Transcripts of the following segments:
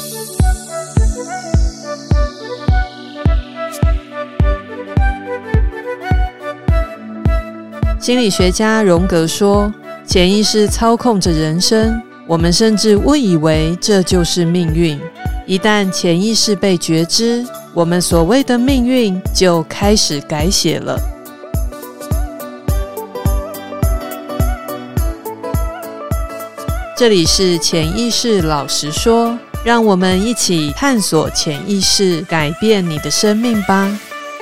心理学家荣格说，潜意识操控着人生，我们甚至误以为这就是命运。一旦潜意识被觉知，我们所谓的命运就开始改写了。这里是潜意识老实说，让我们一起探索潜意识，改变你的生命吧。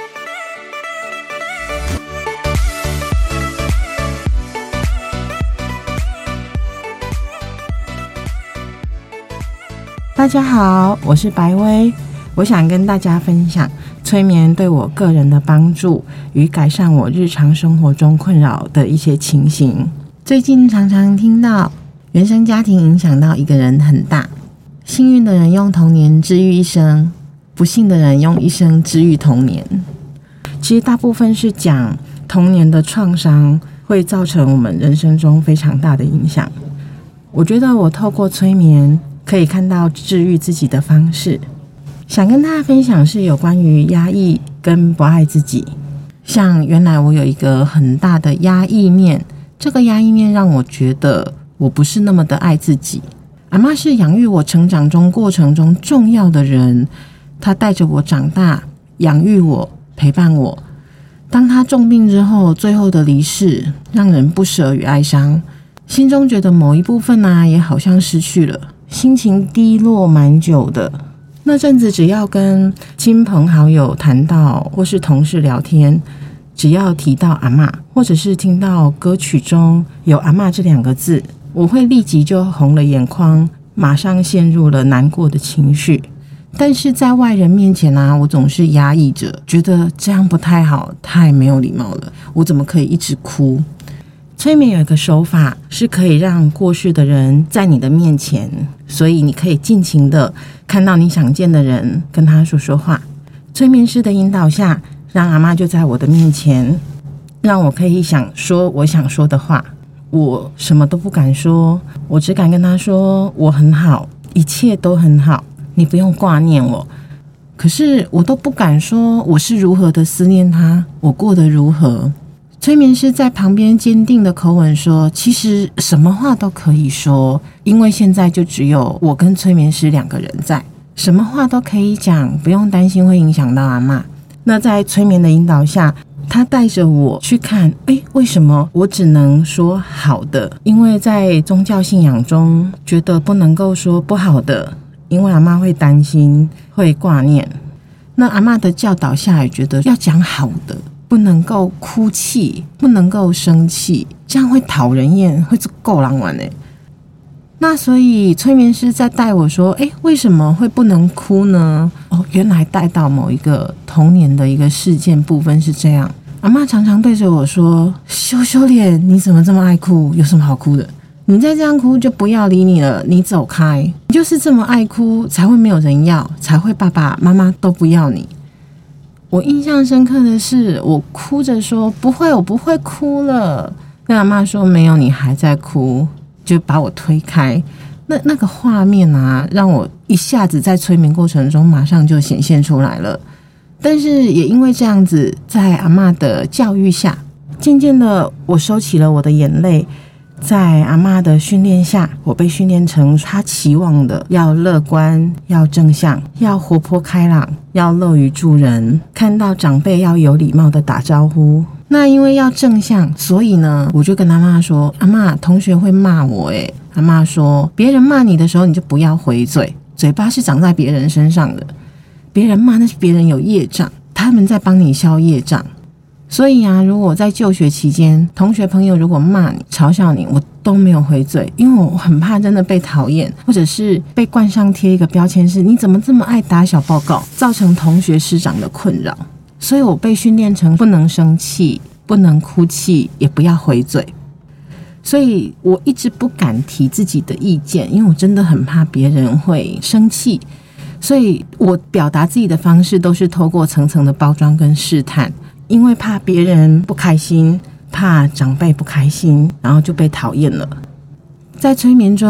大家好，我是白薇，我想跟大家分享催眠对我个人的帮助与改善我日常生活中困扰的一些情形。最近常常听到原生家庭影响到一个人很大，幸运的人用童年治愈一生，不幸的人用一生治愈童年。其实大部分是讲童年的创伤会造成我们人生中非常大的影响。我觉得我透过催眠可以看到治愈自己的方式，想跟大家分享是有关于压抑跟不爱自己。像原来我有一个很大的压抑面，这个压抑面让我觉得我不是那么的爱自己。阿嬷是养育我成长过程中重要的人，她带着我长大，养育我，陪伴我。当她重病之后，最后的离世让人不舍与哀伤，心中觉得某一部分也好像失去了，心情低落蛮久的。那阵子只要跟亲朋好友谈到，或是同事聊天，只要提到阿嬷，或者是听到歌曲中有阿嬷这两个字，我会立即就红了眼眶，马上陷入了难过的情绪。但是在外人面前我总是压抑着，觉得这样不太好，太没有礼貌了，我怎么可以一直哭？催眠有一个手法是可以让过世的人在你的面前，所以你可以尽情的看到你想见的人，跟他说说话。催眠师的引导下，让阿嬷就在我的面前，让我可以想说我想说的话。我什么都不敢说，我只敢跟他说我很好，一切都很好，你不用挂念我。可是我都不敢说我是如何的思念他，我过得如何。催眠师在旁边坚定的口吻说，其实什么话都可以说，因为现在就只有我跟催眠师两个人在，什么话都可以讲，不用担心会影响到阿嬷。那在催眠的引导下，他带着我去看，为什么我只能说好的？因为在宗教信仰中觉得不能够说不好的，因为阿嬷会担心，会挂念。那阿嬷的教导下也觉得要讲好的，不能够哭泣，不能够生气，这样会讨人厌，会够人玩。那所以催眠师在带我说，为什么会不能哭呢？原来带到某一个童年的一个事件部分是这样。阿嬷常常对着我说，羞羞脸，你怎么这么爱哭？有什么好哭的？你再这样哭就不要理你了，你走开。你就是这么爱哭，才会没有人要，才会爸爸妈妈都不要你。我印象深刻的是，我哭着说不会，我不会哭了。那阿嬷说没有，你还在哭，就把我推开。那个画面让我一下子在催眠过程中马上就显现出来了。但是也因为这样子，在阿嬷的教育下，渐渐的我收起了我的眼泪。在阿嬷的训练下，我被训练成她期望的要乐观，要正向，要活泼开朗，要乐于助人，看到长辈要有礼貌的打招呼。那因为要正向，所以呢，我就跟阿嬷说，阿嬷，同学会骂我阿嬷说，别人骂你的时候你就不要回嘴，嘴巴是长在别人身上的，别人骂那是别人有业障，他们在帮你消业障。所以如果在就学期间，同学朋友如果骂你嘲笑你，我都没有回嘴，因为我很怕真的被讨厌，或者是被冠上贴一个标签是你怎么这么爱打小报告，造成同学师长的困扰。所以我被训练成不能生气，不能哭泣，也不要回嘴。所以我一直不敢提自己的意见，因为我真的很怕别人会生气。所以我表达自己的方式都是透过层层的包装跟试探，因为怕别人不开心，怕长辈不开心，然后就被讨厌了。在催眠中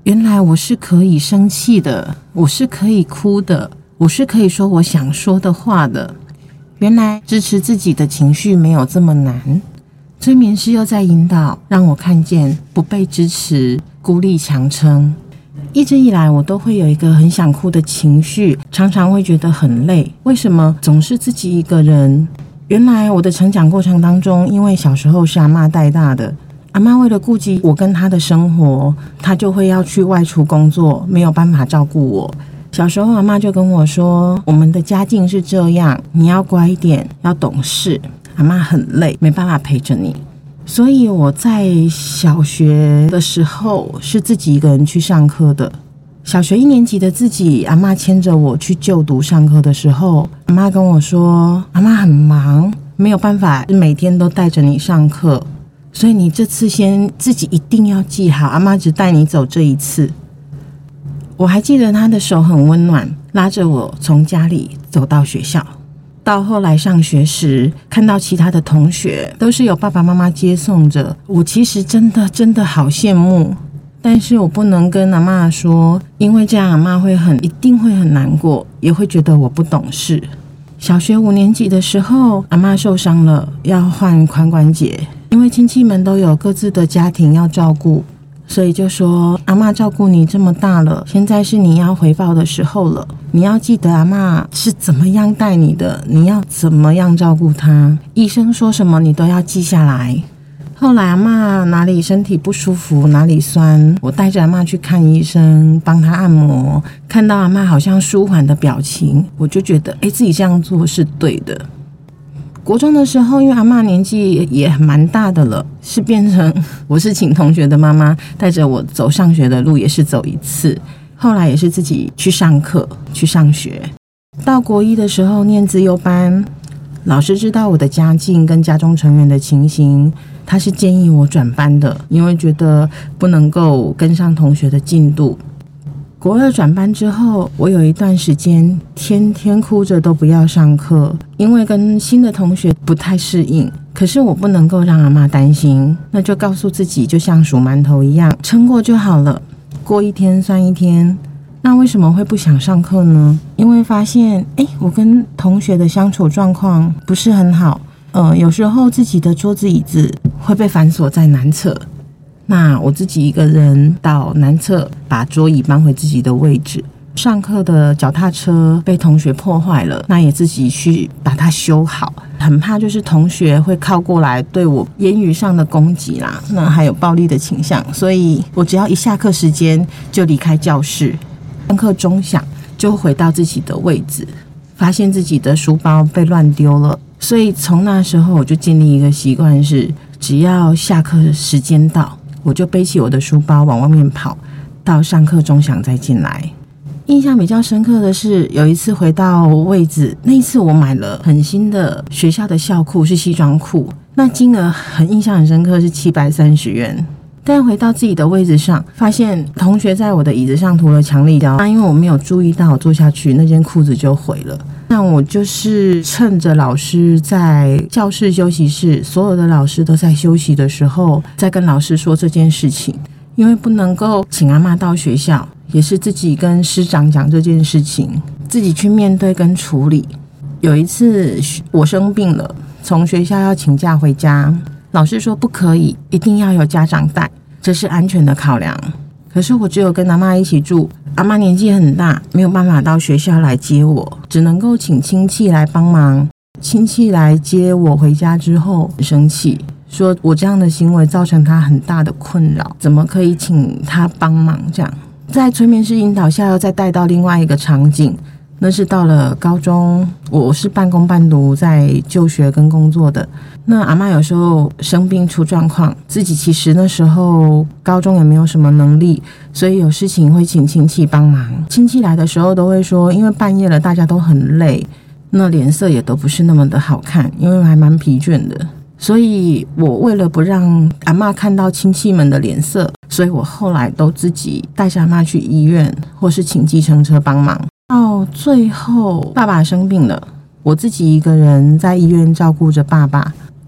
原来我是可以生气的，我是可以哭的，我是可以说我想说的话的。原来支持自己的情绪没有这么难。催眠师又在引导，让我看见不被支持、孤立强撑。一直以来我都会有一个很想哭的情绪，常常会觉得很累，为什么总是自己一个人？原来我的成长过程当中，因为小时候是阿嬷带大的，阿嬷为了顾及我跟她的生活，她就会要去外出工作，没有办法照顾我。小时候阿嬷就跟我说，我们的家境是这样，你要乖一点，要懂事。阿嬷很累，没办法陪着你。所以我在小学的时候是自己一个人去上课的。小学1年级的自己，阿嬷牵着我去就读上课的时候，阿嬷跟我说，阿嬷很忙，没有办法每天都带着你上课，所以你这次先自己一定要记好，阿嬷只带你走这一次。我还记得她的手很温暖，拉着我从家里走到学校。到后来上学时，看到其他的同学都是有爸爸妈妈接送着，我其实真的好羡慕，但是我不能跟阿嬷说，因为这样阿嬷一定会很难过，也会觉得我不懂事。小学5年级的时候，阿嬷受伤了，要换髋关节，因为亲戚们都有各自的家庭要照顾，所以就说，阿嬷照顾你这么大了，现在是你要回报的时候了，你要记得阿嬷是怎么样带你的，你要怎么样照顾她，医生说什么你都要记下来。后来阿嬷哪里身体不舒服，哪里酸，我带着阿嬷去看医生，帮她按摩，看到阿嬷好像舒缓的表情，我就觉得自己这样做是对的。国中的时候，因为阿嬷年纪也蛮大的了，是变成我是请同学的妈妈，带着我走上学的路也是走一次，后来也是自己去上课去上学。到国1的时候念资优班，老师知道我的家境跟家中成员的情形，他是建议我转班的，因为觉得不能够跟上同学的进度。国2转班之后，我有一段时间天天哭着都不要上课，因为跟新的同学不太适应。可是我不能够让阿嬷担心，那就告诉自己，就像数馒头一样，撑过就好了，过一天算一天。那为什么会不想上课呢？因为发现我跟同学的相处状况不是很好，有时候自己的桌子椅子会被反锁在南侧，那我自己一个人到南侧把桌椅搬回自己的位置。上课的脚踏车被同学破坏了，那也自己去把它修好。很怕就是同学会靠过来对我言语上的攻击啦，那还有暴力的倾向，所以我只要一下课时间就离开教室，上课钟响就回到自己的位置，发现自己的书包被乱丢了。所以从那时候我就建立一个习惯，是只要下课时间到，我就背起我的书包往外面跑，到上课钟响再进来。印象比较深刻的是，有一次回到位置，那一次我买了很新的学校的校裤，是西装裤，那金额印象很深刻，是730元。但回到自己的位置上，发现同学在我的椅子上涂了强力胶，因为我没有注意到，我坐下去那件裤子就毁了。那我就是趁着老师在教室休息室，所有的老师都在休息的时候，再跟老师说这件事情。因为不能够请阿嬷到学校，也是自己跟师长讲这件事情，自己去面对跟处理。有一次我生病了，从学校要请假回家，老师说不可以，一定要有家长带，这是安全的考量。可是我只有跟阿嬷一起住，阿嬷年纪很大，没有办法到学校来接我，只能够请亲戚来帮忙。亲戚来接我回家之后很生气，说我这样的行为造成他很大的困扰，怎么可以请他帮忙这样。在催眠师引导下，又再带到另外一个场景，那是到了高中，我是半工半读在就学跟工作的。那阿嬷有时候生病出状况，自己其实那时候高中也没有什么能力，所以有事情会请亲戚帮忙。亲戚来的时候都会说，因为半夜了大家都很累，那脸色也都不是那么的好看，因为还蛮疲倦的。所以我为了不让阿嬷看到亲戚们的脸色，所以我后来都自己带着阿嬷去医院，或是请计程车帮忙。到最后爸爸生病了，我自己一个人在医院照顾着爸爸。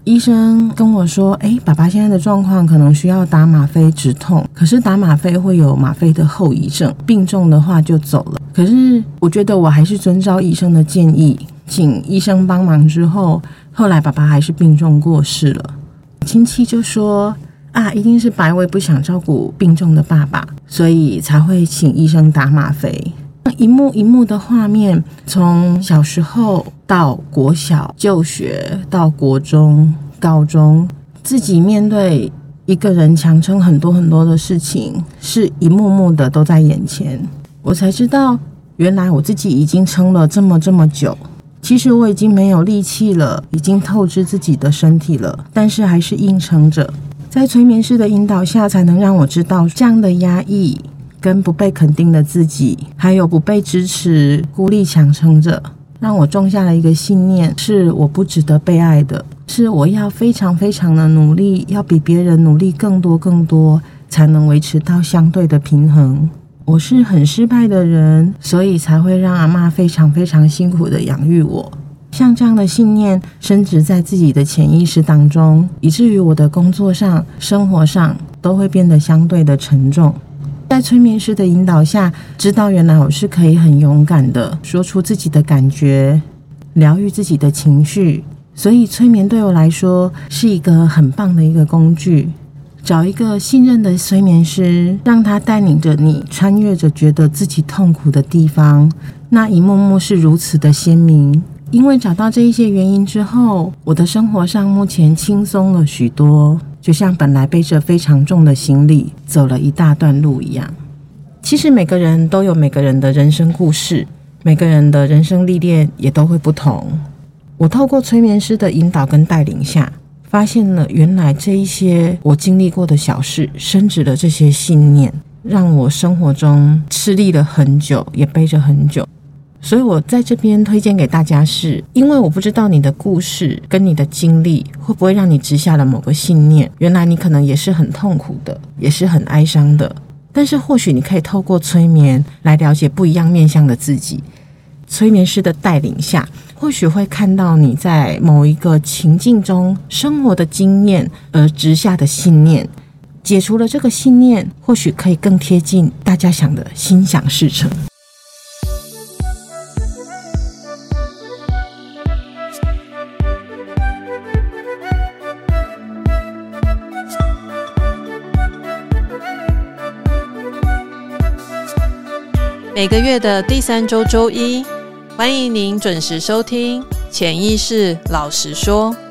医生跟我说，爸爸现在的状况可能需要打吗啡止痛，可是打吗啡会有吗啡的后遗症，病重的话就走了。可是我觉得我还是遵照医生的建议，请医生帮忙之后，后来爸爸还是病重过世了。亲戚就说一定是白薇不想照顾病重的爸爸，所以才会请医生打吗啡。一幕一幕的画面，从小时候到国小就学，到国中、高中，自己面对一个人强撑很多很多的事情，是一幕幕的都在眼前。我才知道，原来我自己已经撑了这么久。其实我已经没有力气了，已经透支自己的身体了，但是还是硬撑着。在催眠师的引导下，才能让我知道这样的压抑跟不被肯定的自己，还有不被支持，孤立强撑着，让我种下了一个信念，是我不值得被爱的，是我要非常非常的努力，要比别人努力更多，才能维持到相对的平衡。我是很失败的人，所以才会让阿嬷非常非常辛苦的养育我。像这样的信念深植在自己的潜意识当中，以至于我的工作上、生活上都会变得相对的沉重。在催眠师的引导下，知道原来我是可以很勇敢的说出自己的感觉，疗愈自己的情绪，所以催眠对我来说是一个很棒的一个工具。找一个信任的催眠师，让他带领着你穿越着觉得自己痛苦的地方，那一幕幕是如此的鲜明。因为找到这一些原因之后，我的生活上目前轻松了许多，就像本来背着非常重的行李走了一大段路一样。其实每个人都有每个人的人生故事，每个人的人生历练也都会不同。我透过催眠师的引导跟带领下，发现了原来这一些我经历过的小事，深植了这些信念，让我生活中吃力了很久，也背着很久。所以我在这边推荐给大家是，因为我不知道你的故事跟你的经历会不会让你植下了某个信念，原来你可能也是很痛苦的，也是很哀伤的，但是或许你可以透过催眠来了解不一样面向的自己。催眠师的带领下，或许会看到你在某一个情境中生活的经验而植下的信念，解除了这个信念，或许可以更贴近大家想的心想事成。 每个月的第3周周一，欢迎您准时收听《潜意识老实说》。